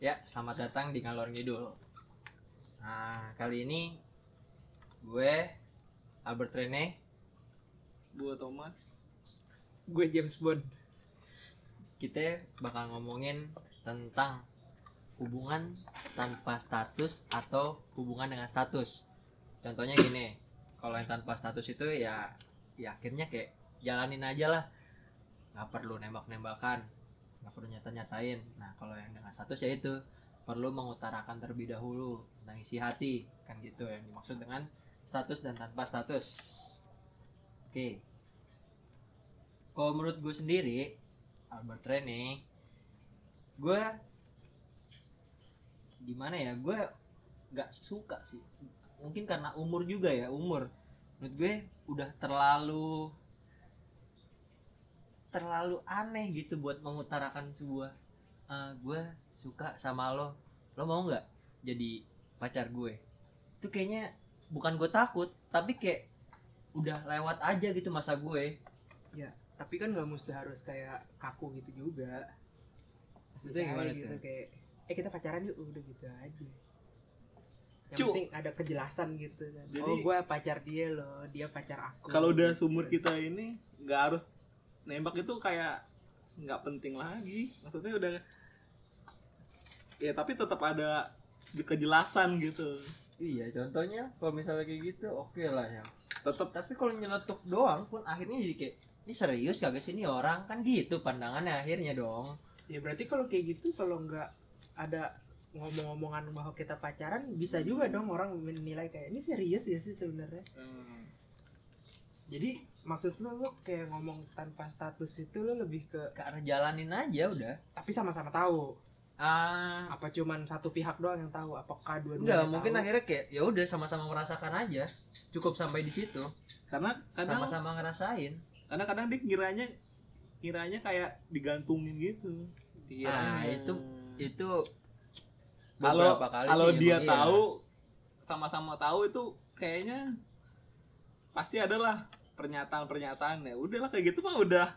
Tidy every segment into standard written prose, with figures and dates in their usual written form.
Ya, selamat datang di Ngalor Ngidul. Nah, kali ini gue Albert Rene, Gue Thomas. Gue James Bond. kita bakal ngomongin tentang hubungan tanpa status atau hubungan dengan status. Contohnya gini, kalau yang tanpa status itu ya akhirnya kayak jalanin aja lah, nggak perlu nembak-nembakan, nggak perlu nyata-nyatain. Nah, kalau yang dengan status ya itu perlu mengutarakan terlebih dahulu tentang isi hati, kan gitu yang dimaksud dengan status dan tanpa status. Oke, kalau menurut gue sendiri, Albert Rene, gue gimana ya, gue nggak suka sih, mungkin karena umur juga ya, umur menurut gue udah terlalu aneh gitu buat mengutarakan sebuah gue suka sama lo mau nggak jadi pacar gue. Itu kayaknya bukan gue takut, tapi kayak udah lewat aja gitu masa gue. Ya, tapi kan nggak mesti harus kayak kaku gitu juga. Maksudnya gimana gitu tuh? kayak kita pacaran yuk, udah gitu aja. Yang Cuk. penting ada kejelasan gitu kan. Jadi- Oh, gue pacar dia loh, dia pacar aku. Kalau udah Gitu. seumur kita ini nggak harus nembak, itu kayak nggak penting lagi. Maksudnya udah ya, tapi tetap ada kejelasan gitu. Iya, contohnya kalau misalnya kayak gitu oke lah ya. Tetap Tapi kalau nyeletuk doang pun akhirnya jadi kayak ini serius kagak sih ini orang, kan gitu pandangannya akhirnya dong. Ya berarti kalau kayak gitu, kalau nggak ada ngomong-ngomongan bahwa kita pacaran, bisa juga dong orang menilai kayak ini serius ya sih sebenarnya. Jadi maksud lu kayak ngomong tanpa status itu lu lebih ke Ke arah jalanin aja udah. tapi sama-sama tahu. Ah, Apa cuman satu pihak doang yang tahu? Apakah enggak, dua-duanya mungkin tahu? akhirnya kayak ya udah sama-sama merasakan aja. Cukup sampai di situ. karena kadang Sama-sama ngerasain. kadang dia kiranya kayak digantungin gitu. Ah, Kiranya. itu kalau beberapa kali kalau sih dia emang iya. tahu, sama-sama tahu, itu kayaknya pasti adalah pernyataan ya. Udahlah kayak gitu mah udah,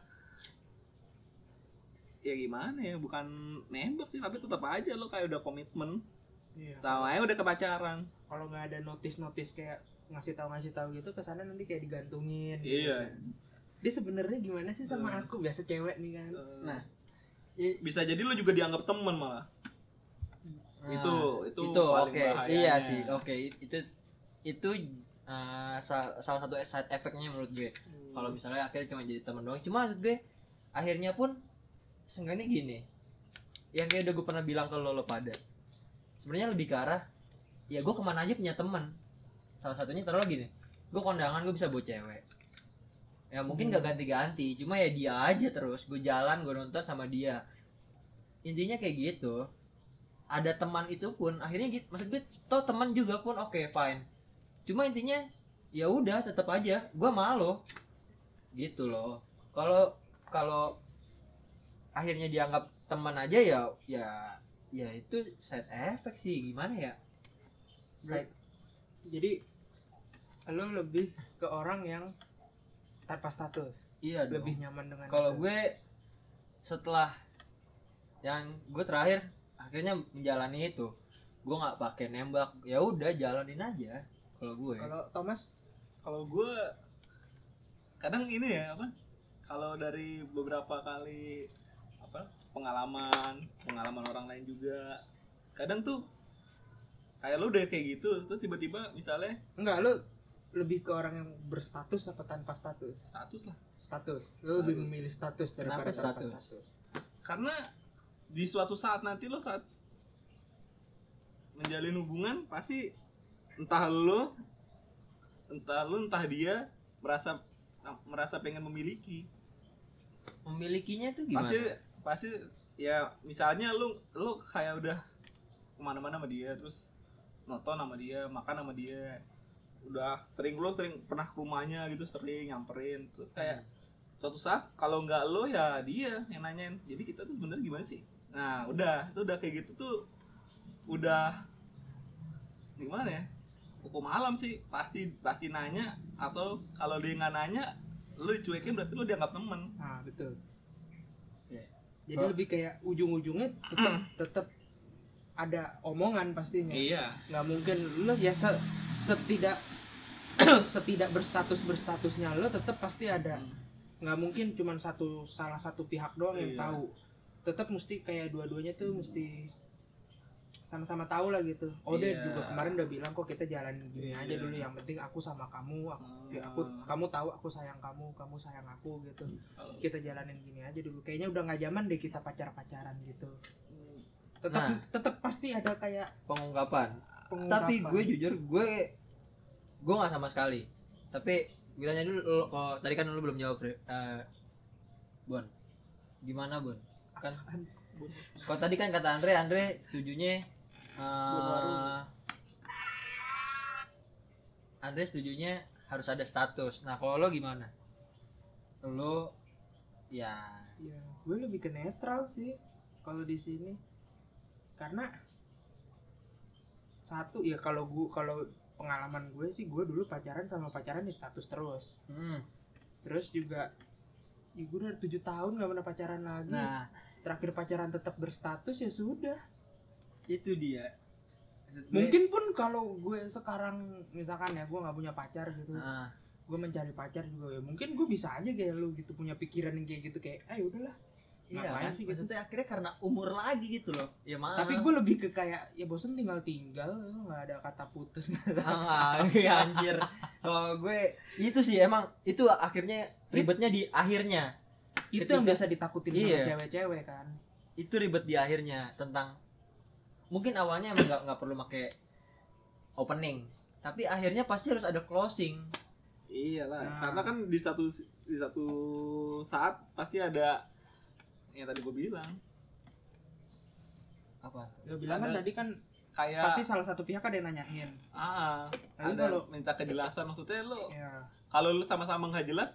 ya gimana ya, bukan nembak sih, tapi tetap aja lo kayak udah komitmen. Iya. Tahu aja udah kepacaran. Kalau nggak ada notis kayak ngasih tahu gitu, kesana nanti kayak digantungin. Iya. Dia sebenarnya gimana sih sama aku? Biasa cewek nih kan. Nah, Bisa jadi lo juga dianggap temen malah. nah, Itu itu paling oke. bahayanya. Iya sih, oke. Itu salah satu side effect-nya menurut gue. Kalau misalnya akhirnya cuma jadi teman doang, cuma maksud gue akhirnya pun seenggaknya gini, yang kayak udah gue pernah bilang ke lo pada, sebenarnya lebih ke arah ya gue kemana aja punya teman. Salah satunya taruh gini, gue kondangan gue bisa bawa cewek ya, mungkin gak ganti-ganti, cuma ya dia aja terus, gue jalan, gue nonton sama dia, intinya kayak gitu. Ada teman itu pun akhirnya gitu, maksud gue toh teman juga pun oke, fine, cuma intinya ya udah tetap aja gue malu gitu loh. Kalau akhirnya dianggap teman aja ya itu side effect sih, gimana ya, side. Jadi lo lebih ke orang yang tanpa status, Iya dong. lebih nyaman dengan Kalau itu. gue setelah yang gue terakhir akhirnya menjalani itu, gue nggak pakai nembak, ya udah jalanin aja. Kalau gue Kalau Thomas, Kalau gue kadang ini ya apa? Kalau dari beberapa kali pengalaman orang lain juga, kadang tuh kayak lo udah kayak gitu, terus tiba-tiba misalnya enggak, lo lebih ke orang yang berstatus apa tanpa status? status lah. Status. Lo lebih Status. memilih status Kenapa daripada tanpa status? status. Karena di suatu saat nanti lo saat menjalin hubungan, pasti entah dia merasa pengen memilikinya tuh gimana? pasti ya, misalnya lu kayak udah kemana-mana sama dia, terus nonton sama dia, makan sama dia, udah sering pernah ke rumahnya gitu, sering nyamperin, terus kayak suatu saat kalau nggak lo ya dia yang nanyain, jadi kita tuh sebenarnya gimana sih. Nah udah kayak gitu tuh udah gimana ya, hukum alam sih, pasti nanya, atau kalau dia nggak nanya lu dicuekin, berarti lu dianggap temen. Nah, betul. Oke. Jadi lebih kayak ujung-ujungnya tetap ada omongan pastinya. Iya. Nggak mungkin lo ya setidak setidak berstatusnya lo tetap pasti ada. Nggak mungkin cuma salah satu pihak doang yang Iya. tahu. Tetap mesti kayak dua-duanya tuh mesti sama-sama tahu lah gitu. Dia Iya. juga kemarin udah bilang kok kita jalan gini aja Iya. dulu, yang penting aku sama kamu, kamu tahu aku sayang kamu sayang aku gitu. Kita jalanin gini aja dulu. Kayaknya udah nggak zaman deh kita pacaran gitu. Tetap pasti ada kayak Pengungkapan. pengungkapan. Tapi gue jujur gue nggak sama sekali. Tapi gue tanya dulu lo, kalau tadi kan lu belum jawab, Bon. Gimana, Bon? Kan kalau tadi kan kata Andre setujunya Andre setujunya harus ada status. Nah, kalau lo gimana? Lo ya gue lebih ke netral sih kalau di sini. Karena satu ya, kalau pengalaman gue sih, gue dulu pacaran di status terus. Terus juga ya gue udah 7 tahun gak pernah pacaran lagi. Nah, terakhir pacaran tetap berstatus ya sudah. itu dia. Mungkin pun kalau gue sekarang misalkan ya gue nggak punya pacar gitu, gue mencari pacar juga ya mungkin gue bisa aja kayak lu gitu, punya pikiran yang kayak gitu, kayak udahlah. Iya Ngapain kan? sih gitu. Maksudnya akhirnya karena umur lagi gitu loh. Ya maaf. Tapi gue lebih ke kayak ya bosen tinggal nggak ada kata putus. Iya anjir. Kalau gue itu sih emang itu akhirnya ribetnya di akhirnya. Itu Ketika- yang biasa ditakutin sama Iya. cewek-cewek kan. Itu ribet di akhirnya tentang mungkin awalnya emang nggak perlu pakai opening, tapi akhirnya pasti harus ada closing. Iyalah, Nah. karena kan di satu saat pasti ada yang tadi gue bilang, Apa? Lo bilang kan Ada- tadi kan kayak pasti salah satu pihak ada yang nanyain. Tapi ada kalau- minta kejelasan, maksudnya lo Ya. kalau lu sama-sama nggak jelas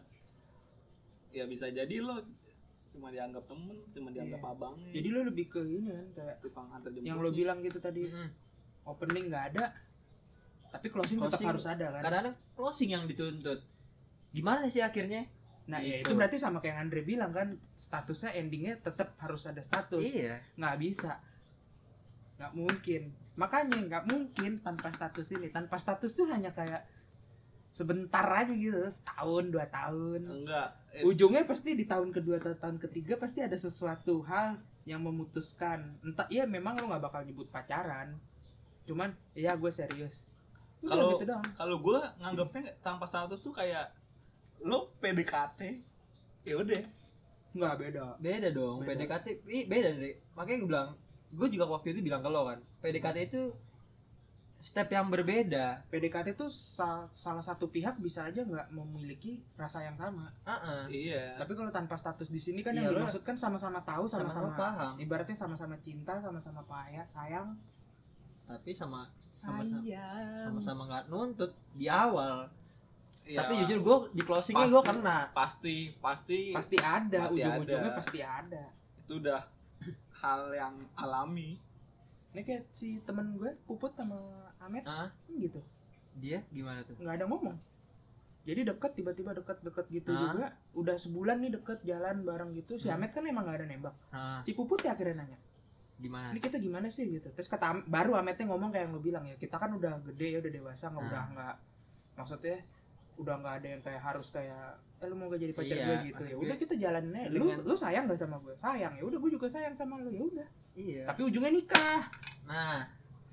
ya bisa jadi lo cuma dianggap temen, cuma dianggap Iya. abangnya. Jadi lo lebih ke ini kan kayak tukang antar jemput yang lo bilang gitu tadi, opening nggak ada, tapi closing tetap Closing harus ada kan. Kadang-kadang closing yang dituntut. Gimana sih akhirnya? Nah ya Gitu. itu berarti sama kayak yang Andre bilang kan, statusnya endingnya tetap harus ada status. Iya. Nggak bisa, nggak mungkin. Makanya nggak mungkin tanpa status ini. Tanpa status tuh hanya kayak sebentar aja gitu, setahun 2 tahun. enggak Ujungnya pasti di tahun kedua atau tahun ketiga pasti ada sesuatu hal yang memutuskan. Entah, ya memang lo nggak bakal nyebut pacaran, cuman ya gue serius. Udah Kalau gitu doang. kalau gue nganggapnya tanpa status tuh kayak lo PDKT ya udah. Nggak beda. Beda dong. Beda. PDKT beda deh. Makanya gue bilang, gue juga waktu itu bilang ke lo kan, PDKT itu step yang berbeda. PDKT tuh salah satu pihak bisa aja nggak memiliki rasa yang sama. Iya. Tapi kalau tanpa status di sini kan Iya, yang lo dimaksud kan sama-sama tahu, sama-sama sama-sama paham. Ibaratnya sama-sama cinta, sama-sama sayang. Tapi sama-sama nggak nuntut di awal. Ya, Tapi jujur gue di closingnya gue kena. pasti Pasti ada, Pasti ujung-ujungnya ada. pasti ada. itu udah hal yang alami. Ini kayak si temen gue Puput sama Amet Ah, kan gitu, dia gimana tuh? nggak ada ngomong. Jadi tiba-tiba deket gitu Ah. juga. Udah sebulan nih deket jalan bareng gitu. Si Amet kan emang nggak ada nembak. Ah, Si Puput ya akhirnya nanya, gimana? ini kita gimana sih gitu. Terus baru Ametnya ngomong kayak yang lo bilang ya, kita kan udah gede ya, udah dewasa, Ah. udah nggak, maksudnya udah nggak ada yang kayak harus kayak lu mau gak jadi pacar Iya, gue gitu. Ya maksud udah kita jalanin aja. dengan- Lu sayang gak sama gue? Sayang. Ya udah gue juga sayang sama lu. Ya udah. Iya. Tapi ujungnya nikah. Nah,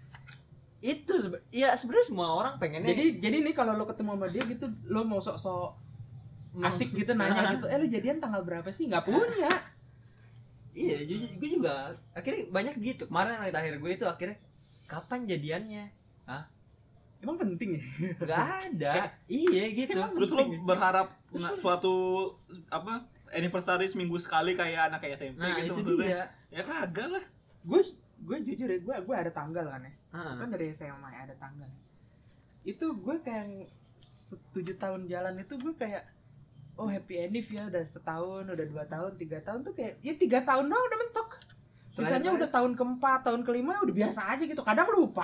itu ya sebenarnya semua orang pengennya. Jadi nih kalau lu ketemu sama dia gitu, lu mau sok-sok asik gitu nanya gitu, lu jadian tanggal berapa sih? Nggak punya. Iya, gue juga akhirnya banyak gitu. Kemarin yang terakhir gue itu akhirnya kapan jadiannya? Emang penting ya? Gak ada. Iya gitu. Terus lo berharap suatu apa anniversary seminggu sekali kayak anak kayak SMP Nah, gitu itu maksudnya. dia. Ya kagak lah. Gue jujur ya, gue ada tanggal kan ya. Kan dari SMA ada tanggal. Itu gue kayak 7 tahun jalan itu gue kayak oh happy anniv ya, udah setahun, udah 2 tahun, 3 tahun tuh kayak ya 3 tahun doang udah mentok. Sisanya udah tahun keempat, tahun kelima udah biasa aja gitu. Kadang lupa.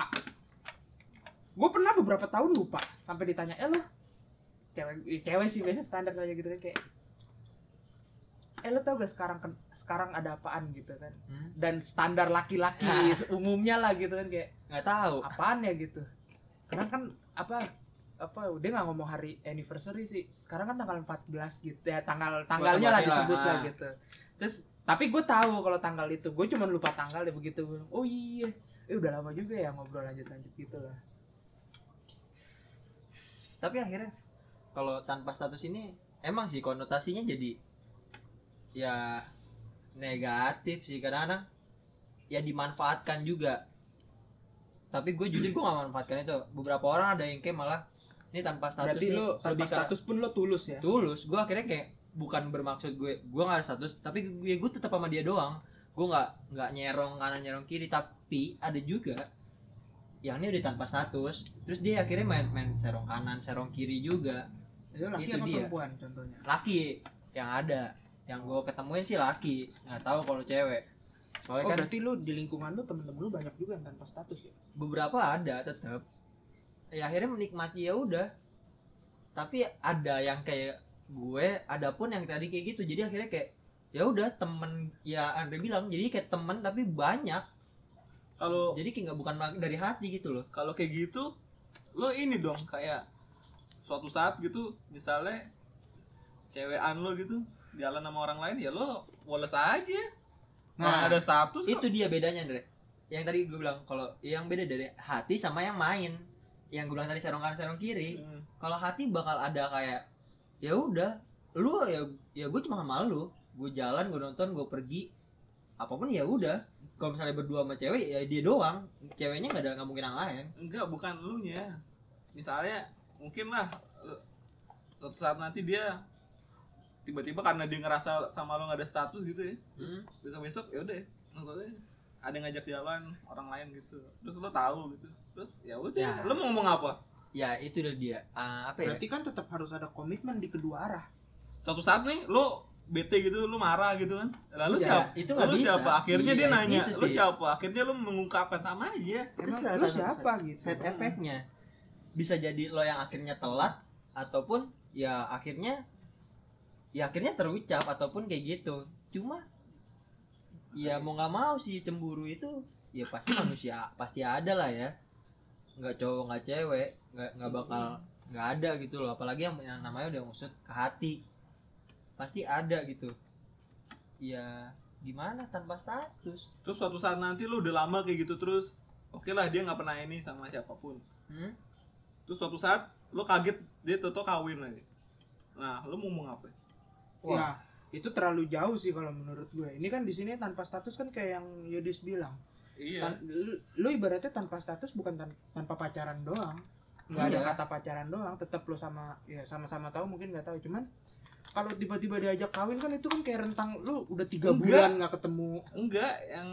Gue pernah beberapa tahun lupa sampai ditanya, lo cewek sih biasa standar aja gitu kan, kayak lo tau gak sekarang ada apaan gitu kan, Hmm? dan standar laki-laki umumnya lah gitu kan, kayak Nggak tahu. apaan ya gitu. Karena kan apa dia nggak ngomong hari anniversary sih, sekarang kan tanggal 14 gitu ya, tanggalnya lah disebut lah gitu. Terus tapi gue tahu kalau tanggal itu, gue cuma lupa tanggal ya begitu. Oh iya, udah lama juga ya ngobrol lanjut gitu lah. Tapi akhirnya kalau tanpa status ini emang sih konotasinya jadi ya negatif sih, kadang-kadang ya dimanfaatkan juga. Tapi gue jujur gue gak manfaatkan itu. Beberapa orang ada yang kayak malah ini tanpa status. Berarti nih, lo tanpa lebih ke- status pun lo tulus ya? tulus. Gue akhirnya kayak bukan bermaksud gue gak ada status, tapi gue tetap sama dia doang. Gue nggak nyerong kanan nyerong kiri. Tapi ada juga yang ini udah tanpa status, terus dia akhirnya main serong kanan serong kiri juga. Itu laki Itu apa dia. perempuan contohnya? Laki yang ada, yang gue ketemuin sih laki, nggak tahu kalau cewek. Soalnya Oh kan berarti lo di lingkungan lo temen-temen lo banyak juga yang tanpa status ya? beberapa ada tetap. Ya akhirnya menikmati ya udah. Tapi ada yang kayak gue, ada pun yang tadi kayak gitu. Jadi akhirnya kayak ya udah temen, ya Andre bilang jadi kayak temen tapi banyak. Kalau Jadi kayak nggak bukan dari hati gitu loh. kalau kayak gitu lo ini dong kayak suatu saat gitu misalnya cewekan lo gitu jalan sama orang lain ya lo woles aja. Nah, ada status kok. Itu dia bedanya, Andre. Yang tadi gue bilang kalau yang beda dari hati sama yang main. Yang gue bilang tadi serong kanan serong kiri. Hmm. Kalau hati bakal ada kayak ya udah, lu ya gue cuma sama lu. Gue jalan, gue nonton, gue pergi. Apapun ya udah. Kalau misalnya berdua sama cewek ya dia doang. Ceweknya nggak mungkin yang lain. Enggak, bukan lu nya. Misalnya mungkin lah suatu saat nanti dia tiba-tiba karena dia ngerasa sama lo nggak ada status gitu ya. Terus besok-besok ya udah maksudnya ada yang ngajak jalan orang lain gitu. Terus lo tahu gitu. Terus ya udah, Ya. lo mau ngomong apa? Ya itu udah dia. Apa ya? Berarti kan tetap harus ada komitmen di kedua arah. Suatu saat nih lo bete gitu, lo marah gitu kan. Lalu Ya, siapa? itu nggak Lalu bisa. siapa? Akhirnya Iya, dia nanya, itu lo sih. siapa? Akhirnya lo mengungkapkan sama aja. Itu Emang salah lu satu siapa gitu? Set efeknya. Bisa jadi lo yang akhirnya telat ataupun ya akhirnya terucap ataupun kayak gitu. Cuma ya mau nggak mau sih cemburu itu ya pasti manusia pasti ada lah ya. Nggak cowok nggak cewek nggak bakal nggak ada gitu loh, apalagi yang namanya udah ngusut ke hati pasti ada gitu. Ya gimana tanpa status. Terus suatu saat nanti lo udah lama kayak gitu terus, oke lah dia nggak pernah ini sama siapapun. Terus suatu saat lo kaget dia toto kawin lagi. Nah, lo mau ngomong apa? Ya, itu terlalu jauh sih kalau menurut gue. Ini kan di sini tanpa status kan kayak yang Yudis bilang. Iya. Lu ibaratnya tanpa status bukan tanpa pacaran doang. Nggak ada Iya. kata pacaran doang, tetap lu sama-sama tahu mungkin nggak tahu, cuman kalau tiba-tiba diajak kawin kan itu kan kayak rentang lu udah 3 Enggak. bulan nggak ketemu. Enggak, yang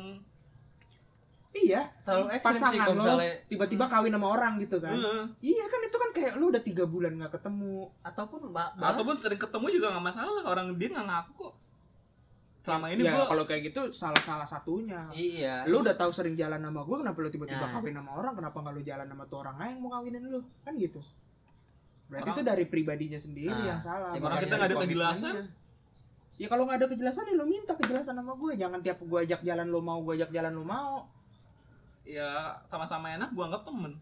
Iya, Terlalu ekstrim sih pasangan kalau lo misalnya tiba-tiba kawin sama orang gitu kan. Heeh. Iya kan itu kan kayak lu udah 3 bulan nggak ketemu. ataupun Ataupun sering ketemu juga nggak masalah, orang dia nggak ngaku kok. Selama ini ya, gua kalau kayak gitu salah satunya. iya Lu udah tahu sering jalan sama gue, kenapa lu tiba-tiba Nah. kawin sama orang? Kenapa nggak lu jalan sama tuh orang lain yang mau kawinin lu? Kan gitu. Berarti Orang- itu dari pribadinya sendiri Nah, yang salah. ya, bukan orang kita dari nggak ada komitmennya. kejelasan. Ya kalau nggak ada kejelasan ya lu minta kejelasan sama gue. Jangan tiap gue ajak jalan lu mau, gue ajak jalan lu mau. ya sama-sama enak gua anggap temen.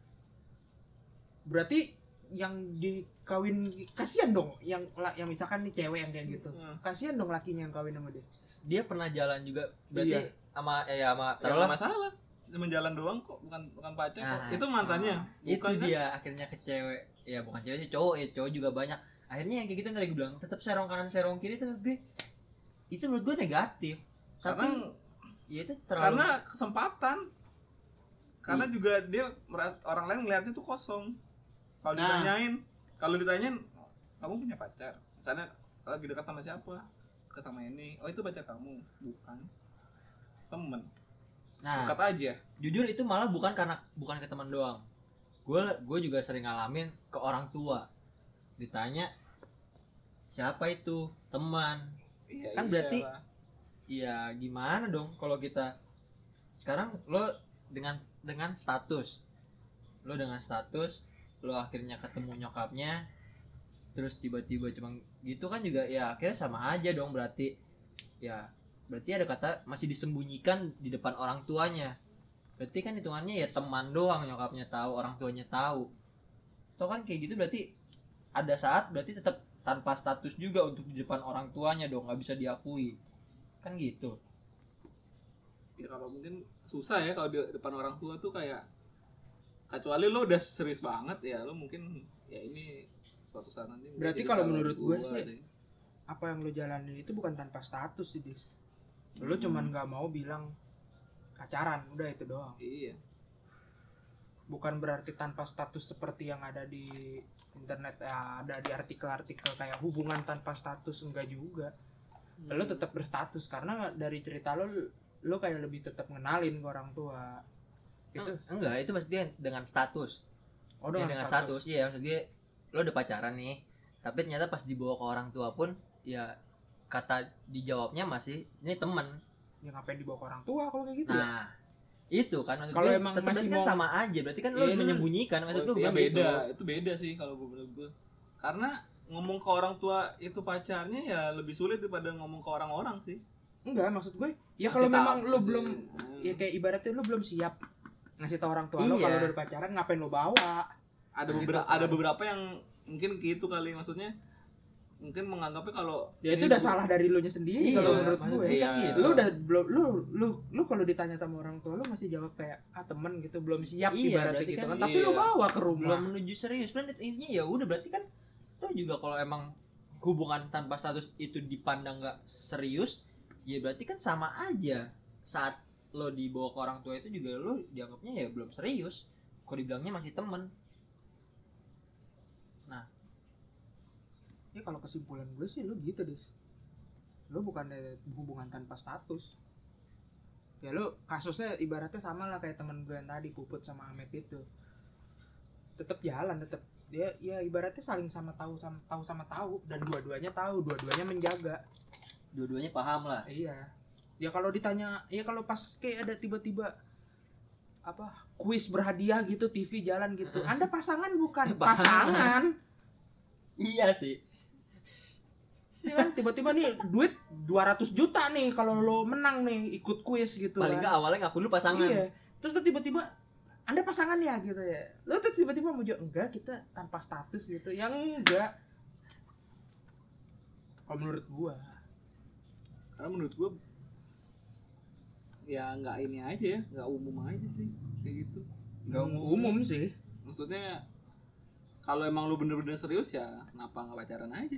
Berarti yang dikawin kasihan dong. Yang misalkan nih cewek yang kayak gitu. Kasihan dong lakinya yang kawin sama dia. dia pernah jalan juga berarti Iya. sama Taruhlah taruhlah masalah. Cuma jalan doang kok, bukan pacar kok. Nah, Itu mantannya. itu Bukan kan? dia akhirnya ke cewek, ya bukan cewek sih, cowok ya, cowok juga banyak. Akhirnya yang kayak gitu yang tadi gue bilang tetap serong kanan serong kiri itu menurut gue negatif. Tapi Karena ya itu terlalu karena kesempatan. Karena juga dia orang lain ngeliatnya tuh kosong. Kalau Nah. ditanyain kamu punya pacar, misalnya lagi dekat sama siapa, dekat sama ini, oh itu pacar kamu, bukan temen, nah dekat aja. jujur itu malah bukan ke teman doang. Gue juga sering ngalamin ke orang tua, ditanya siapa itu teman. Iya, Kan berarti iyalah. Ya gimana dong kalau kita sekarang lo dengan status, lo akhirnya ketemu nyokapnya, terus tiba-tiba cuma gitu kan juga ya akhirnya sama aja dong berarti. ya berarti ada kata masih disembunyikan di depan orang tuanya. Berarti kan hitungannya ya teman doang, nyokapnya tahu, orang tuanya tahu. Atau kan kayak gitu berarti ada saat berarti tetap tanpa status juga untuk di depan orang tuanya dong, nggak bisa diakui. Kan gitu. Ya kalau mungkin susah ya kalau di depan orang tua tuh kayak, kecuali lo udah serius banget ya lo mungkin ya ini suatu saat nanti mungkin Berarti jadi kalau calon menurut gue tua sih, deh. apa yang lo jalanin itu bukan tanpa status sih, Dis. Lo cuman nggak mau bilang pacaran, udah itu doang. Iya. Bukan berarti tanpa status seperti yang ada di internet, ya, ada di artikel-artikel kayak hubungan tanpa status, enggak juga. Lo tetap berstatus karena dari cerita lo kayak lebih tetap ngenalin ke orang tua. Itu Enggak, itu maksudnya dengan status. oh Ya, dengan status, iya maksudnya lo udah pacaran nih, tapi ternyata pas dibawa ke orang tua pun ya kata dijawabnya masih ini teman. Ya ngapain dibawa ke orang tua kalau kayak gitu? Ya? Nah, itu kan maksud Kalau gue, emang tetep masih berarti kan mau- sama aja, berarti kan lo Iya, menyembunyikan maksud gue ya bukan beda, gitu. itu beda sih kalau menurut gue. Karena ngomong ke orang tua itu pacarnya ya lebih sulit daripada ngomong ke orang-orang sih. Enggak, maksud gue ya Masih kalau tahu, memang lo masih- belum, ya kayak ibaratnya lo belum siap ngasih tau orang tua lo Iya. kalau udah pacaran, ngapain lo bawa? ada Nah, beberapa itu kan. ada beberapa yang mungkin gitu kali, maksudnya mungkin menganggapnya kalau Ya itu ini udah salah dari lo nya sendiri Iya, kalau menurut maksud gue. gue Iya. kan gitu. Lu udah belum lu kalau ditanya sama orang tua lu masih jawab kayak temen gitu, belum siap Iya, ibaratnya berarti gitu kan kan. Tapi iya. lu bawa ke rumah. belum menuju serius kan, intinya ya udah berarti kan toh juga kalau emang hubungan tanpa status itu dipandang nggak serius, ya berarti kan sama aja saat lo dibawa ke orang tua itu juga lo dianggapnya ya belum serius, kok dibilangnya masih temen. Ya kalau kesimpulan gue sih lu gitu, Dis. Lu bukan hubungan tanpa status. Ya lu kasusnya ibaratnya sama lah kayak temen gue yang tadi, Puput sama Ahmed itu. Tetap jalan, tetap dia ya ibaratnya saling sama tahu dan dua-duanya tahu, dua-duanya menjaga. Dua-duanya paham lah. Iya. Ya kalau ditanya, ya kalau pas kayak ada tiba-tiba apa kuis berhadiah gitu, TV jalan gitu. Anda pasangan bukan? Pasangan. Pasangan. Iya sih. Ya kan tiba-tiba nih duit 200 juta nih kalau lo menang nih ikut kuis gitu Paling kan. nggak awalnya ngaku lu pasangan. Iya. Terus tuh tiba-tiba Anda pasangan ya gitu ya. Lo tuh tiba-tiba mau jawab enggak, kita tanpa status gitu. Yang enggak. Kalau menurut gua. karena menurut gue ya nggak ini aja ya, nggak umum aja sih kayak gitu. Enggak umum sih. Maksudnya kalau emang lu bener-bener serius ya kenapa nggak pacaran aja?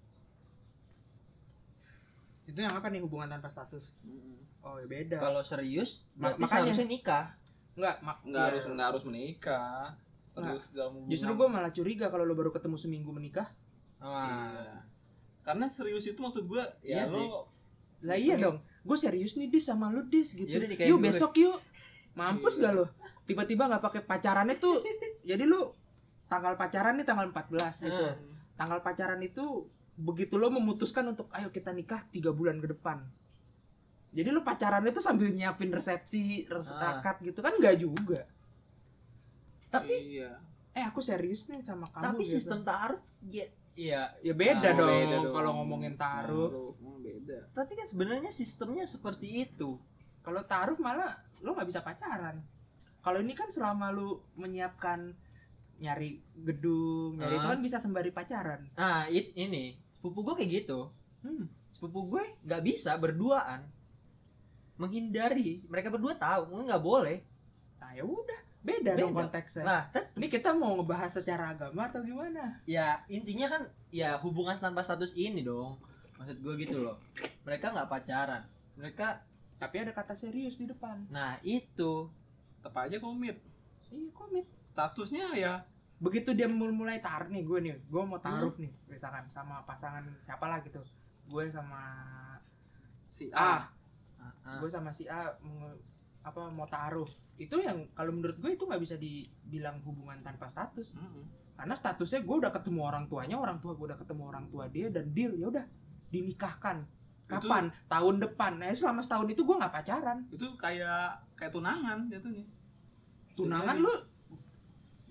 Itu yang apa nih hubungan tanpa status? Oh, ya beda. Kalau serius berarti Makanya. seharusnya nikah. Enggak, Nggak harus menikah. Serius dalam hubungan. Justru gua malah curiga kalau lo baru ketemu seminggu menikah. Wah. Iya. Karena serius itu maksud gue ya Iya sih. lo Lah iya dong. Gue serius nih Dis sama lu Dis gitu. Yaudah nih, kayak Yuk gue. besok yuk. Mampus Iya. gak lo? Tiba-tiba nggak pakai pacarannya tuh. Jadi lu tanggal pacaran nih tanggal 14 gitu. Tanggal pacaran itu begitu lo memutuskan untuk ayo kita nikah 3 bulan ke depan. Jadi lo pacarannya tuh sambil nyiapin resepsi, akad gitu kan nggak juga. Tapi iya. Aku serius nih sama kamu. tapi gitu. sistem taaruf ya, iya. ya beda Oh, dong, beda dong. kalau ngomongin taruh. Beda. Tapi kan sebenarnya sistemnya seperti itu. Kalau taruh malah lo nggak bisa pacaran. Kalau ini kan selama lu menyiapkan nyari gedung, nyari itu kan bisa sembari pacaran. Nah, ini sepupu gue kayak gitu. Sepupu gue nggak bisa berduaan, menghindari. Mereka berdua tahu, mungkin nggak boleh. Nah ya udah, beda dong Beda. konteksnya. Nah, Ini kita mau ngebahas secara agama atau gimana? ya intinya kan ya hubungan tanpa status ini dong. Maksud gue gitu loh. Mereka nggak pacaran. Mereka, Tapi ada kata serius di depan. nah itu. Tetap aja komit. Iya komit. Statusnya ya Begitu dia mulai taruh nih, gue mau taruh nih, misalkan sama pasangan siapa lah gitu. Gue sama si A, Ah, gue sama si A mau taruh. Itu yang kalau menurut gue itu nggak bisa dibilang hubungan tanpa status. Karena statusnya gue udah ketemu orang tuanya, orang tua gue udah ketemu orang tua dia, dan deal ya udah dinikahkan. Kapan? Tahun depan. Nah selama setahun itu gue nggak pacaran. Itu kayak tunangan jatuhnya. Tunangan Jadi, lu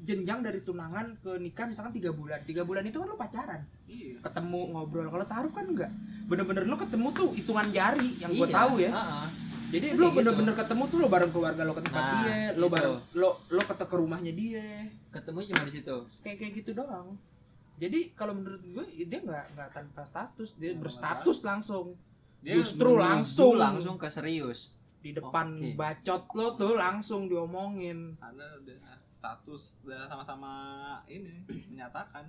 jenjang dari tunangan ke nikah misalkan 3 bulan. 3 bulan itu kan lo pacaran. Iya. Ketemu ngobrol. Kalau taruh kan enggak. Bener-bener lo ketemu tuh hitungan jari yang gue Iya, tahu ya. Jadi lo kayak bener-bener ketemu tuh lo bareng keluarga lo ke tempat Nah, dia, lo gitu. bareng lo ke rumahnya dia. Ketemu cuma di situ. Kayak gitu doang. Jadi kalau menurut gue dia nggak tanpa status, dia Nggak berstatus langsung. Dia Justru Menuju langsung langsung ke serius. di depan Oke. bacot lo tuh langsung diomongin. karena udah status, udah sama-sama ini menyatakan.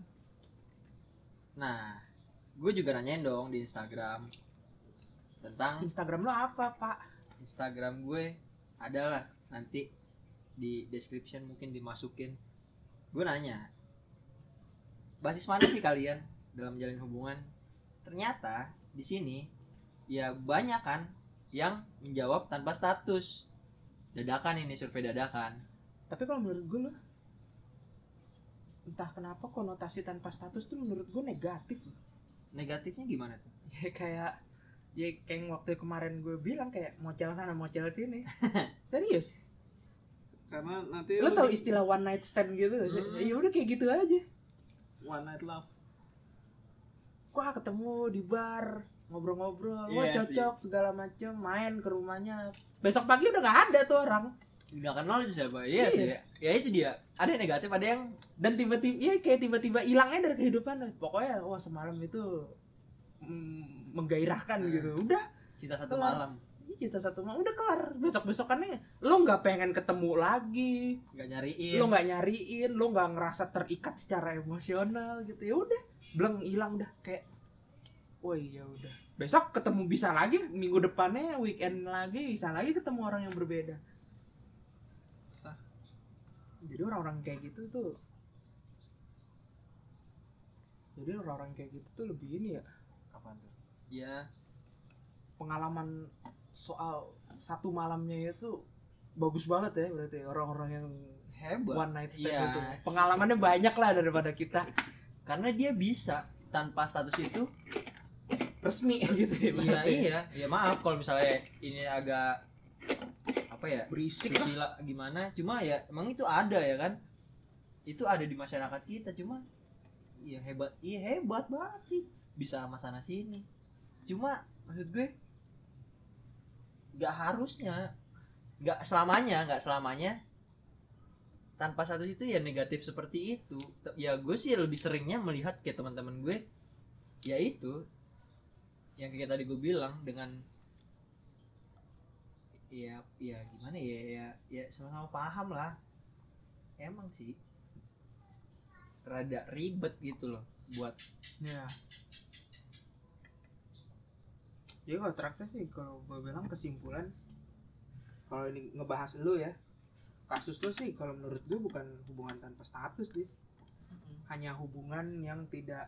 Nah, gue juga nanyain dong di Instagram tentang Instagram lo apa, Pak? Instagram gue adalah nanti di description mungkin dimasukin. Gue nanya, basis mana sih kalian dalam menjalin hubungan? Ternyata di sini ya banyak kan yang menjawab tanpa status. Dadakan ini, survei dadakan. Tapi kalau menurut gue lo, entah kenapa konotasi tanpa status tuh menurut gue negatif loh. Negatifnya gimana tuh? kayak yang waktu kemarin gue bilang kayak mocel sana mocel sini. Serius? Karena nanti Lo tau istilah one night stand gitu? Ya udah kayak gitu aja. one night love. Wah ketemu di bar ngobrol-ngobrol, wah Iya cocok segala macem, main ke rumahnya. Besok pagi udah nggak ada tuh orang. Nggak kenal itu siapa? Iya sih. Ya itu dia. Ada yang negatif, ada yang Dan tiba-tiba, ya kayak tiba-tiba hilangnya dari kehidupan. Pokoknya wah semalam itu menggairahkan gitu. Udah, cinta satu Kelar. malam. ini cinta satu malam udah kelar. Besok-besokannya lo nggak pengen ketemu lagi. Nggak nyariin. Lo nggak nyariin, lo nggak ngerasa terikat secara emosional gitu. Ya udah, bleng hilang dah kayak. Oh iya udah. Besok ketemu bisa lagi, minggu depannya weekend lagi bisa lagi ketemu orang yang berbeda. Sah. Jadi orang-orang kayak gitu tuh. Jadi orang-orang kayak gitu tuh lebih ini ya, Apaan tuh? Ya, pengalaman soal satu malamnya itu bagus banget ya berarti orang-orang yang hebat. one night stand Iya. itu. Pengalamannya banyak lah daripada kita Karena dia bisa tanpa status itu. resmi gitu ya. Iya, berarti. iya. Ya maaf kalau misalnya ini agak apa ya? Berisik lah. Susila gimana? Cuma ya emang itu ada ya kan? Itu ada di masyarakat kita, cuma iya hebat banget sih. Bisa sama sana sini. Cuma maksud gue nggak harusnya, nggak selamanya tanpa status itu ya negatif seperti itu. Ya gue sih lebih seringnya melihat kayak teman-teman gue, ya itu yang kayak tadi gue bilang dengan ya gimana ya sama-sama paham lah. Emang sih rada ribet gitu loh buat Ya. Jadi kalau terakhir sih kalau gue bilang kesimpulan, kalau ini ngebahas lu ya, kasus lu sih kalau menurut gue bukan hubungan tanpa status, Dis. Hanya hubungan yang tidak,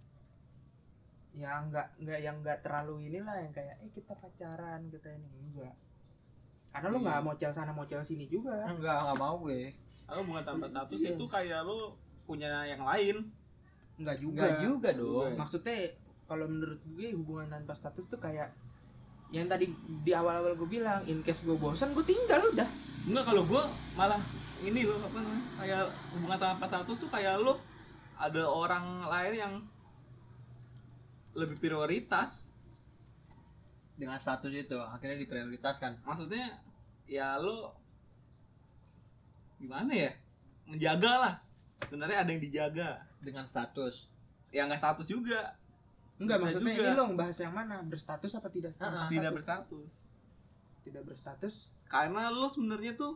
ya nggak terlalu inilah yang kayak kita pacaran kita ini enggak. Karena lu nggak mocel sana mocel sini juga. enggak mau gue. Kalau hubungan tanpa status Iya. itu kayak lu punya yang lain. Enggak juga. Enggak juga dong. Maksudnya kalau menurut gue hubungan tanpa status tuh kayak yang tadi di awal-awal gue bilang, in case gue bosan gue tinggal udah. Enggak, kalau gua malah ini loh apa namanya? Kayak hubungan tanpa status tuh kayak lu ada orang lain yang lebih prioritas. Dengan status itu akhirnya diprioritaskan. Maksudnya ya lu gimana ya? Menjaga lah. Sebenarnya ada yang dijaga. Dengan status. Ya nggak status juga. Enggak, Bisa maksudnya juga. ini lo ngebahas yang mana? Berstatus apa tidak? Tidak berstatus. Tidak berstatus. Karena lu sebenarnya tuh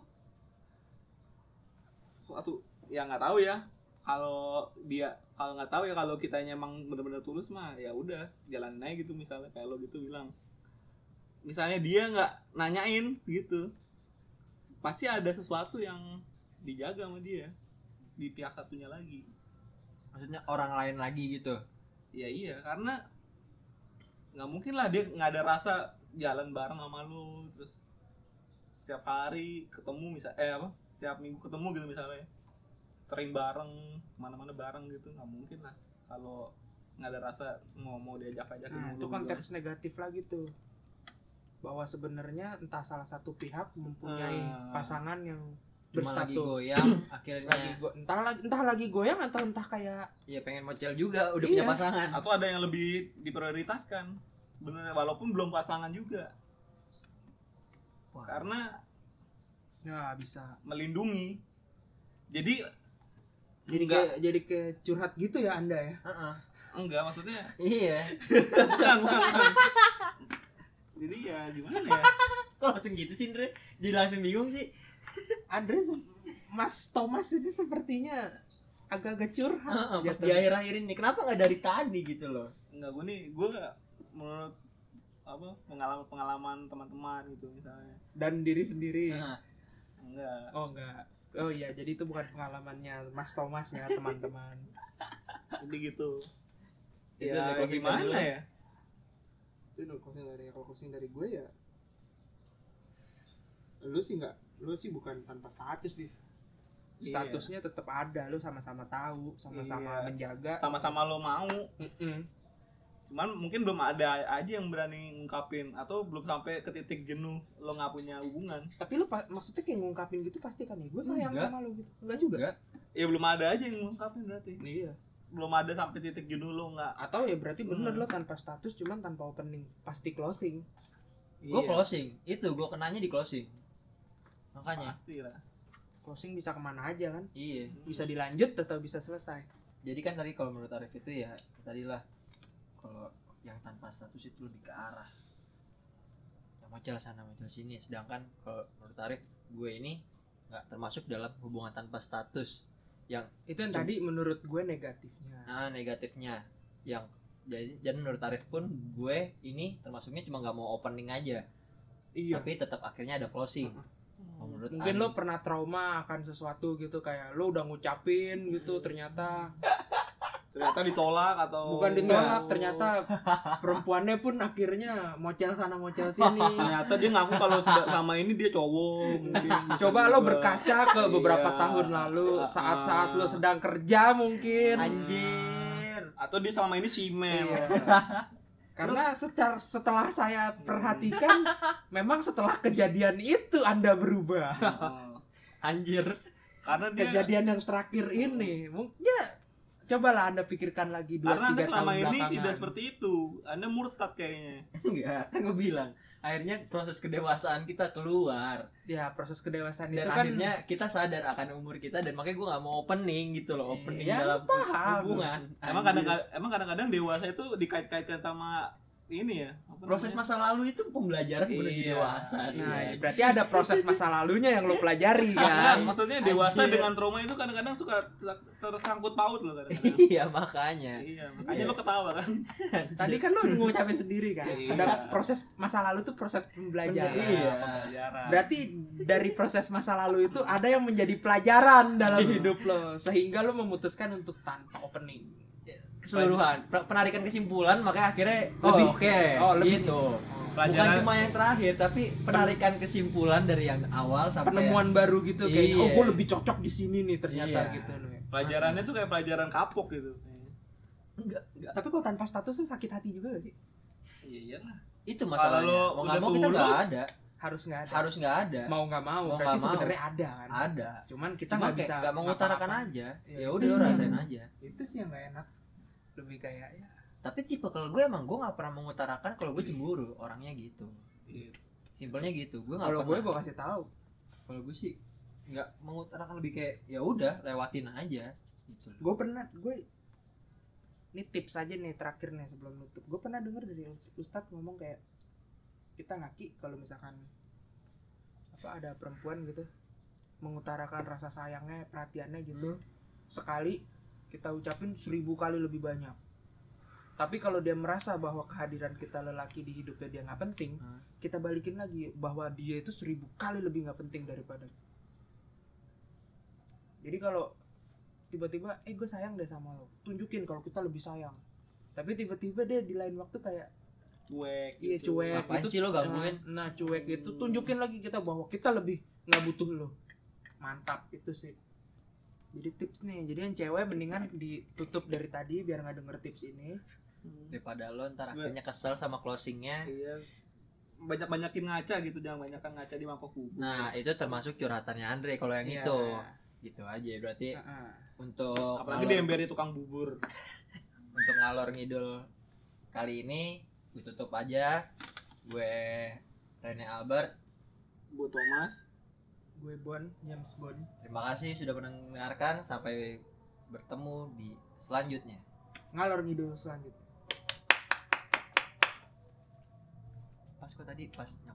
suatu ya nggak tahu ya. Kalau nggak tahu ya, kalau kitanya emang benar-benar tulus mah ya udah jalanin aja gitu. Misalnya kayak lo gitu bilang, misalnya dia nggak nanyain gitu, pasti ada sesuatu yang dijaga sama dia di pihak satunya lagi. Maksudnya orang lain lagi gitu. Ya iya, karena nggak mungkin lah dia nggak ada rasa jalan bareng sama lu, terus setiap hari ketemu setiap minggu ketemu gitu misalnya, sering bareng kemana-mana bareng gitu, nggak mungkin lah kalau nggak ada rasa mau diajak-ajak. Nah, itu konteks negatif lagi tuh. Bahwa sebenarnya entah salah satu pihak mempunyai pasangan yang cuma lagi berstatus. goyang akhirnya entah lagi goyang atau entah kayak ya pengen mocel juga udah Iya. punya pasangan. Atau ada yang lebih diprioritaskan. Bener, walaupun belum pasangan juga. Wah. Karena ya bisa melindungi. Jadi jadi kayak curhat gitu ya Anda ya. Heeh. enggak maksudnya Iya. bukan. Jadi ya gimana ya? Kok langsung gitu sih Andre? Jadi langsung bingung sih. Andre Mas Thomas ini sepertinya agak-agak curhat. Heeh, pas jatuhnya. di akhir-akhir ini kenapa nggak dari tadi gitu loh? Enggak, gue menurut apa pengalaman teman-teman gitu misalnya. Dan diri sendiri. Nah, Enggak. Oh enggak. Oh iya, jadi itu bukan pengalamannya Mas Thomas ya, teman-teman. Jadi gitu. Itu Ya dari closing gimana dari lu. ya? Itu kalau closing dari gue ya. Lu sih bukan tanpa status dis. Iya. Statusnya tetap ada, lu sama-sama tahu, sama-sama Iya. menjaga. Sama-sama lo mau. Mm-mm. Cuman mungkin belum ada aja yang berani ngungkapin atau belum sampai ke titik jenuh lo nggak punya hubungan. Tapi lu maksudnya kayak ngungkapin gitu pasti kan ya, gue sayang Enggak. sama lu gitu. Enggak juga. Enggak. Ya belum ada aja yang ngungkapin berarti. Iya. Belum ada sampai titik jenuh lo nggak. Atau ya berarti bener Hmm. lo tanpa status cuman tanpa opening, pasti closing. Gue Iya, closing. Itu gue kenanya di closing. Makanya. pasti lah. Closing bisa kemana aja kan? Iya. Bisa dilanjut atau bisa selesai. Jadi kan tadi kalau menurut Arif itu ya tadilah kalau yang tanpa status itu lebih ke arah yang mocel sana mocel sini, sedangkan kalau menurut Arif gue ini nggak termasuk dalam hubungan tanpa status yang Itu yang tadi menurut gue negatifnya. negatifnya yang jadi menurut Arif pun gue ini termasuknya cuma nggak mau opening aja Iya. tapi tetap akhirnya ada closing. Kalau menurut Mungkin Arif, lo pernah trauma akan sesuatu gitu, kayak lo udah ngucapin gitu ternyata Ternyata ditolak atau bukan ditolak, ternyata perempuannya pun akhirnya mocel sana mocel sini. ternyata dia ngaku kalau sudah sama ini dia cowok mungkin. Bisa Coba lo juga. berkaca ke beberapa Iya. tahun lalu, saat-saat lo sedang kerja mungkin. anjir. Atau dia selama ini simel. Iya. Karena setelah saya perhatikan, memang setelah kejadian itu Anda berubah. Oh. Anjir. Karena dia Kejadian yang terakhir ini, mungkin ya cobalah Anda pikirkan lagi 2-3 karena Anda tahun selama ini belakangan. tidak seperti itu. Anda murtad kayaknya. Enggak, kan gue bilang akhirnya proses kedewasaan kita keluar Ya proses kedewasaan dan itu kan akhirnya kita sadar akan umur kita dan makanya gue nggak mau opening gitu loh, opening Iya, dalam paham. hubungan. Emang Anjir. kadang-kadang dewasa itu dikait-kaitkan sama ini ya. apa proses namanya? masa lalu itu pembelajaran menuju Iya. dewasa sih. nah, berarti ada proses masa lalunya yang lo pelajari Enggak, kan. maksudnya dewasa Anjir. dengan trauma itu kadang-kadang suka tersangkut paut loh kadang-kadang. Iya makanya. Iya, makanya Iya. lo ketawa kan. Tadi kan lo ngucapin sendiri kan. Iya. Ada proses masa lalu tuh proses pembelajaran. Iya. Pembelajaran. Berarti dari proses masa lalu itu ada yang menjadi pelajaran dalam hidup lo, sehingga lo memutuskan untuk tanpa opening. Keseluruhan penarikan kesimpulan makanya akhirnya Lebih. lebih Lebih. gitu. Bukan Pelajaran cuma yang terakhir tapi penarikan kesimpulan dari yang awal sampai Penemuan baru gitu kayak Iya. oh gue lebih cocok di sini nih ternyata Iya. gitu nih. pelajarannya tuh kayak pelajaran kapok gitu. enggak. Tapi kalau tanpa status tuh sakit hati juga gak sih? Iya iyalah. Itu masalahnya. Kalau Mau udah nggak mau kita nggak tulus, ada. Harus nggak ada. Harus nggak ada. Mau nggak mau, Mau berarti nggak mau. sebenarnya ada kan. Ada. Cuman kita Cuma nggak kayak bisa nggak mengutarakan ngapa-ngapain. aja. Iya, Ya itu udah lo sih. rasain aja. Itu sih yang nggak enak. Lebih kayak ya. Tapi tipe kalau gue emang gue nggak pernah mengutarakan kalau gue cemburu, orangnya gitu. Simpelnya gitu. Gue nggak Kalau pernah. gue kasih tahu. Kalau gue sih nggak mengutarakan, lebih kayak ya udah lewatin aja. Gitu. Gue ini tips aja nih terakhir nih sebelum nutup. Gue pernah denger dari Ustadz ngomong kayak kita ngaki kalau misalkan apa ada perempuan gitu mengutarakan rasa sayangnya, perhatiannya gitu, sekali kita ucapin 1000 kali lebih banyak. Tapi kalau dia merasa bahwa kehadiran kita lelaki di hidupnya dia nggak penting, kita balikin lagi bahwa dia itu 1000 kali lebih nggak penting daripada. Jadi kalau tiba-tiba gue sayang deh sama lo, tunjukin kalau kita lebih sayang. Tapi tiba-tiba dia di lain waktu kayak Cuek. iya gitu. cuek Ngapain itu sih lo gangguin? nah cuek itu tunjukin lagi kita bahwa kita lebih nggak butuh lo. Mantap itu sih. Jadi tips nih, jadi yang cewek mendingan ditutup dari tadi biar nggak denger tips ini. Daripada lo ntar akhirnya kesel sama closingnya. Iya. banyakin ngaca gitu, jangan banyakan ngaca di mangkok bubur. Nah itu termasuk curhatannya Andre kalau yang Iya. itu gitu aja berarti. Heeh. Untuk Apalagi di emberi tukang bubur. untuk ngalor ngidul kali ini gue tutup aja. Gue Rene Albert, Gue Thomas. Gue James Bond. terima kasih sudah mendengarkan, sampai bertemu di selanjutnya. Ngalor ngidul selanjutnya. Pas kok tadi pas nyokap